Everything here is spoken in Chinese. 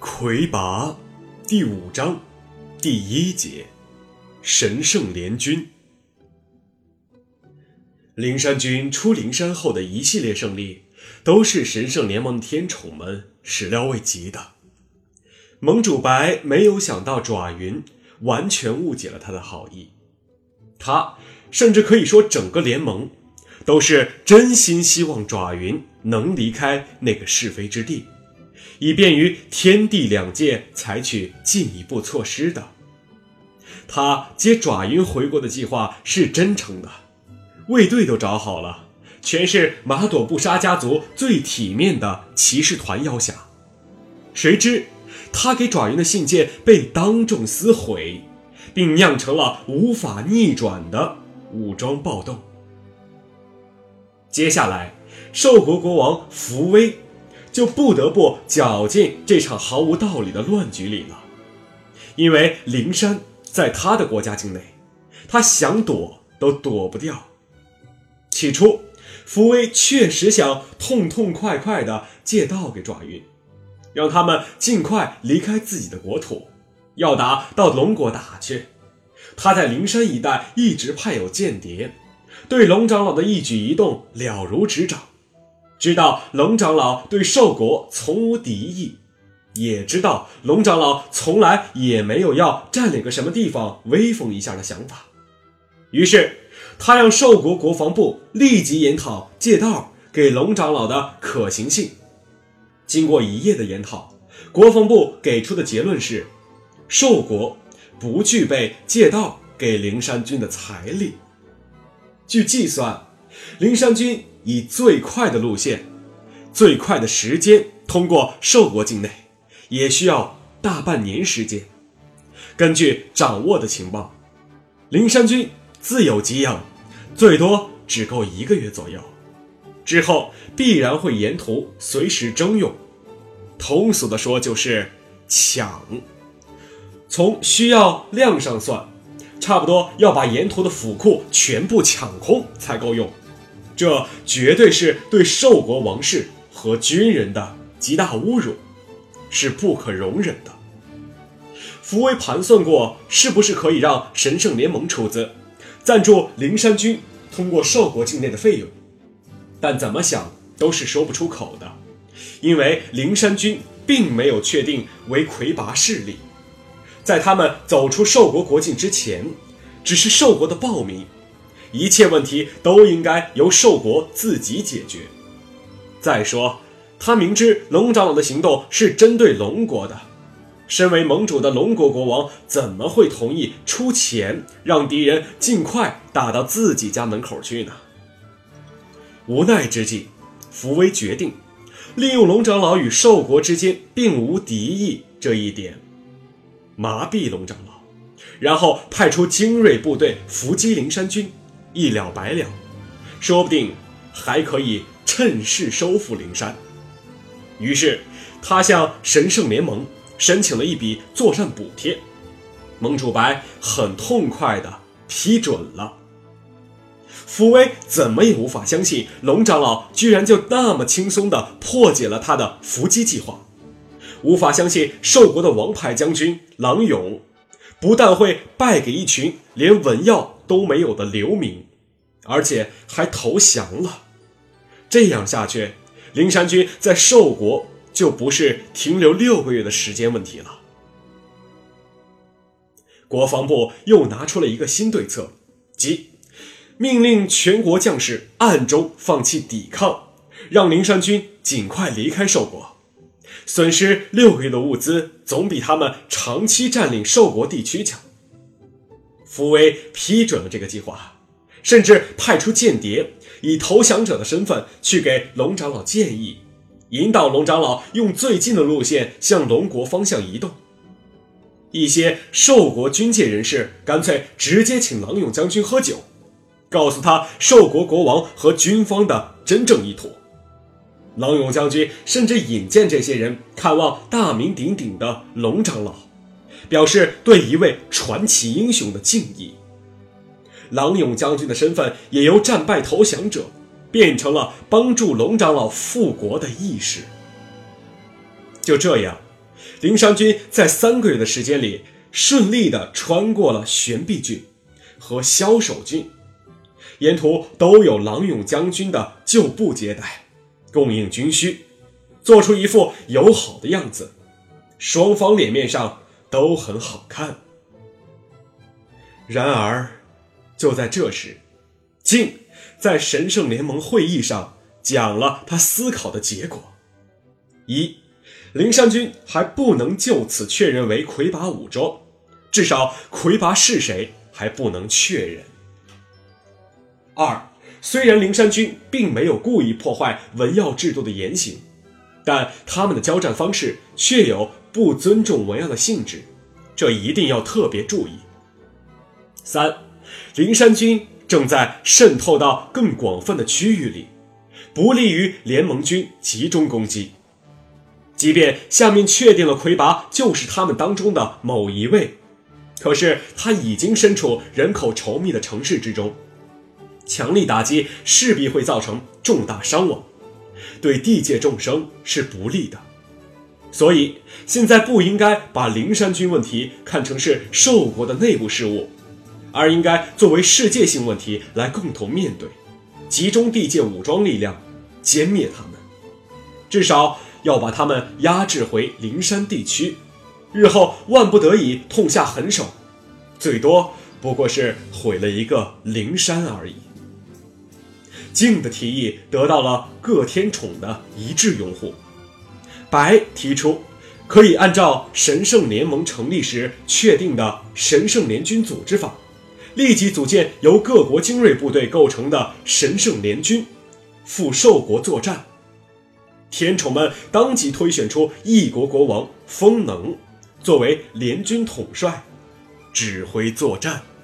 魁拔第5章第1节，神圣联军。灵山军出灵山后的一系列胜利，都是神圣联盟的天宠们始料未及的。盟主白没有想到爪云完全误解了他的好意，他甚至可以说整个联盟都是真心希望爪云能离开那个是非之地，以便于天地两界采取进一步措施的。他接爪云回国的计划是真诚的，卫队都找好了，全是马朵布沙家族最体面的骑士团要辖。谁知他给爪云的信件被当众撕毁，并酿成了无法逆转的武装暴动。接下来兽国国王福威就不得不搅进这场毫无道理的乱局里了，因为灵山在他的国家境内，他想躲都躲不掉。起初福威确实想痛痛快快地借道给爪云，让他们尽快离开自己的国土，要打到龙国打去。他在灵山一带一直派有间谍，对龙长老的一举一动了如指掌，知道龙长老对兽国从无敌意，也知道龙长老从来也没有要占领个什么地方威风一下的想法。于是他让兽国国防部立即研讨借道给龙长老的可行性。经过1夜的研讨，国防部给出的结论是，兽国不具备借道给灵山军的财力。据计算，灵山军以最快的路线、最快的时间通过兽国境内，也需要大半年时间。根据掌握的情报，灵山军自有给养，最多只够1个月左右，之后必然会沿途随时征用。通俗的说就是抢。从需要量上算，差不多要把沿途的府库全部抢空才够用。这绝对是对兽国王室和军人的极大侮辱，是不可容忍的。福威盘算过是不是可以让神圣联盟出资赞助灵山军通过兽国境内的费用，但怎么想都是说不出口的，因为灵山军并没有确定为魁拔势力，在他们走出兽国国境之前，只是兽国的暴民，一切问题都应该由兽国自己解决。再说他明知龙长老的行动是针对龙国的，身为盟主的龙国国王怎么会同意出钱让敌人尽快打到自己家门口去呢？无奈之际，福威决定利用龙长老与兽国之间并无敌意这一点，麻痹龙长老，然后派出精锐部队伏击灵山军，一了百了，说不定还可以趁势收复灵山。于是他向神圣联盟申请了一笔作战补贴，盟主白很痛快地批准了。福威怎么也无法相信龙长老居然就那么轻松地破解了他的伏击计划，无法相信兽国的王牌将军郎勇不但会败给一群连文耀都没有的流民，而且还投降了。这样下去，灵山军在兽国就不是停留6个月的时间问题了。国防部又拿出了一个新对策，即命令全国将士暗中放弃抵抗，让灵山军尽快离开兽国。损失6个月的物资总比他们长期占领兽国地区强。福威批准了这个计划，甚至派出间谍以投降者的身份去给龙长老建议，引导龙长老用最近的路线向龙国方向移动。一些兽国军界人士干脆直接请郎勇将军喝酒，告诉他兽国国王和军方的真正意图。郎勇将军甚至引荐这些人看望大名鼎鼎的龙长老，表示对一位传奇英雄的敬意。郎勇将军的身份也由战败投降者变成了帮助龙长老复国的义士。就这样， 灵山军在3个月的时间里，顺利地穿过了玄璧郡和萧守郡，沿途都有郎勇将军的旧部接待，供应军需，做出一副友好的样子，双方脸面上都很好看。然而就在这时，晋在神圣联盟会议上讲了他思考的结果：一，灵山军还不能就此确认为魁拔武装，至少魁拔是谁还不能确认。二，虽然灵山军并没有故意破坏文耀制度的言行，但他们的交战方式却有不尊重文耀的性质，这一定要特别注意。三，灵山军正在渗透到更广泛的区域里，不利于联盟军集中攻击。即便下面确定了魁拔就是他们当中的某一位，可是他已经身处人口稠密的城市之中，强力打击势必会造成重大伤亡，对地界众生是不利的。所以现在不应该把灵山军问题看成是兽国的内部事务，而应该作为世界性问题来共同面对，集中地界武装力量，歼灭他们，至少要把他们压制回灵山地区，日后万不得已痛下狠手，最多不过是毁了一个灵山而已。晋的提议得到了各天宠的一致拥护。白提出可以按照神圣联盟成立时确定的神圣联军组织法，立即组建由各国精锐部队构成的神圣联军，赴兽国作战。天宠们当即推选出异国国王风能作为联军统帅，指挥作战。